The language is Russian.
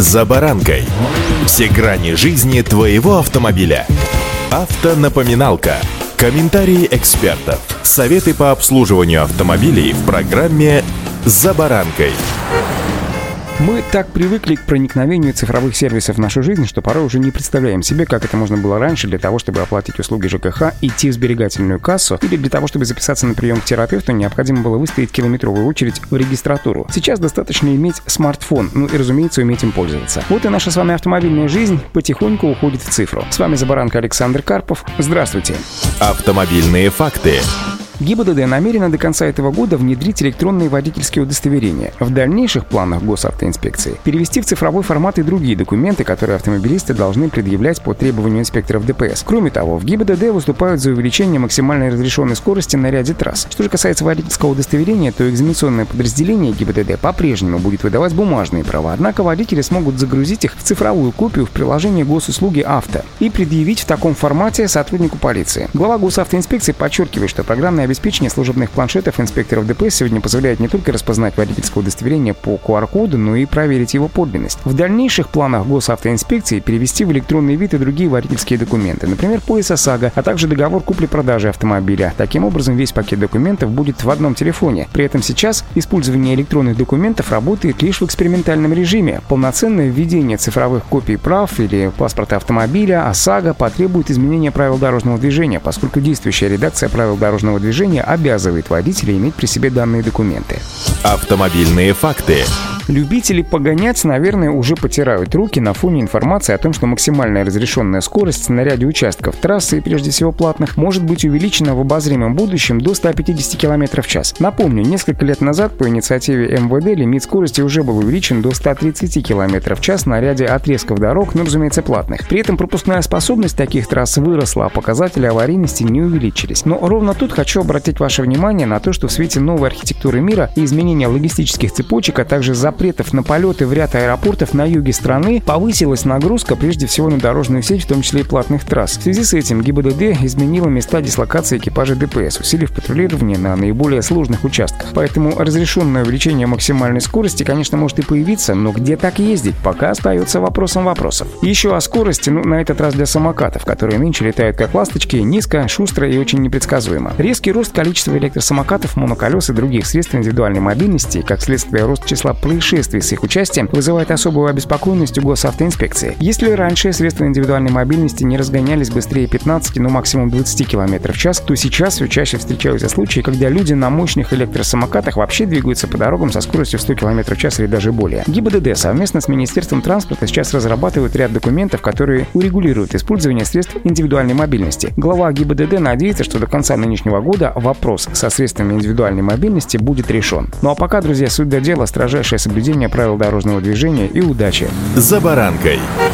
«За баранкой». Все грани жизни твоего автомобиля. Автонапоминалка. Комментарии экспертов. Советы по обслуживанию автомобилей в программе «За баранкой». Мы так привыкли к проникновению цифровых сервисов в нашу жизнь, что порой уже не представляем себе, как это можно было раньше для того, чтобы оплатить услуги ЖКХ, идти в сберегательную кассу, или для того, чтобы записаться на прием к терапевту, необходимо было выстоять километровую очередь в регистратуру. Сейчас достаточно иметь смартфон, и, разумеется, уметь им пользоваться. Вот и наша с вами автомобильная жизнь потихоньку уходит в цифру. С вами «За баранкой» Александр Карпов. Здравствуйте. Автомобильные факты. ГИБДД намерена до конца этого года внедрить электронные водительские удостоверения. В дальнейших планах госавтоинспекции перевести в цифровой формат и другие документы, которые автомобилисты должны предъявлять по требованию инспекторов ДПС. Кроме того, в ГИБДД выступают за увеличение максимальной разрешенной скорости на ряде трасс. Что же касается водительского удостоверения, то экзаменационное подразделение ГИБДД по-прежнему будет выдавать бумажные права, однако водители смогут загрузить их в цифровую копию в приложении госуслуги «Авто» и предъявить в таком формате сотруднику полиции. Глава госавтоинспекции подчеркивает, что программное обеспечение служебных планшетов инспекторов ДПС сегодня позволяет не только распознать водительское удостоверение по QR-коду, но и проверить его подлинность. В дальнейших планах госавтоинспекции перевести в электронный вид и другие водительские документы, например, полис ОСАГО, а также договор купли-продажи автомобиля. Таким образом, весь пакет документов будет в одном телефоне. При этом сейчас использование электронных документов работает лишь в экспериментальном режиме. Полноценное введение цифровых копий прав или паспорта автомобиля ОСАГО потребует изменения правил дорожного движения, поскольку действующая редакция правил дорожного движения обязывает водителя иметь при себе данные документы. Автомобильные факты. Любители погонять, наверное, уже потирают руки на фоне информации о том, что максимальная разрешенная скорость на ряде участков трассы, и прежде всего платных, может быть увеличена в обозримом будущем до 150 км в час. Напомню, несколько лет назад по инициативе МВД лимит скорости уже был увеличен до 130 км в час на ряде отрезков дорог, разумеется, платных. При этом пропускная способность таких трасс выросла, а показатели аварийности не увеличились. Но ровно тут хочу обратить ваше внимание на то, что в свете новой архитектуры мира и изменения логистических цепочек, а также запретов на полеты в ряд аэропортов на юге страны, повысилась нагрузка прежде всего на дорожную сеть, в том числе и платных трасс. В связи с этим ГИБДД изменила места дислокации экипажей ДПС, усилив патрулирование на наиболее сложных участках. Поэтому разрешенное увеличение максимальной скорости, конечно, может и появиться, но где так ездить, пока остается вопросом вопросов. Еще о скорости, на этот раз для самокатов, которые нынче летают как ласточки, низко, шустро и очень непредсказуемо. Резкий рост количества электросамокатов, моноколес и других средств индивидуальной мобильности, как следствие рост числа происшествий с их участием, вызывает особую обеспокоенность у госавтоинспекции. Если раньше средства индивидуальной мобильности не разгонялись быстрее 15, максимум 20 км в час, то сейчас все чаще встречаются случаи, когда люди на мощных электросамокатах вообще двигаются по дорогам со скоростью 100 км в час или даже более. ГИБДД совместно с Министерством транспорта сейчас разрабатывают ряд документов, которые урегулируют использование средств индивидуальной мобильности. Глава ГИБДД надеется, что до конца нынешнего года вопрос со средствами индивидуальной мобильности будет решен. Ну а пока, друзья, суть до дела, строжайшее соблюдение правил дорожного движения и удачи. «За баранкой».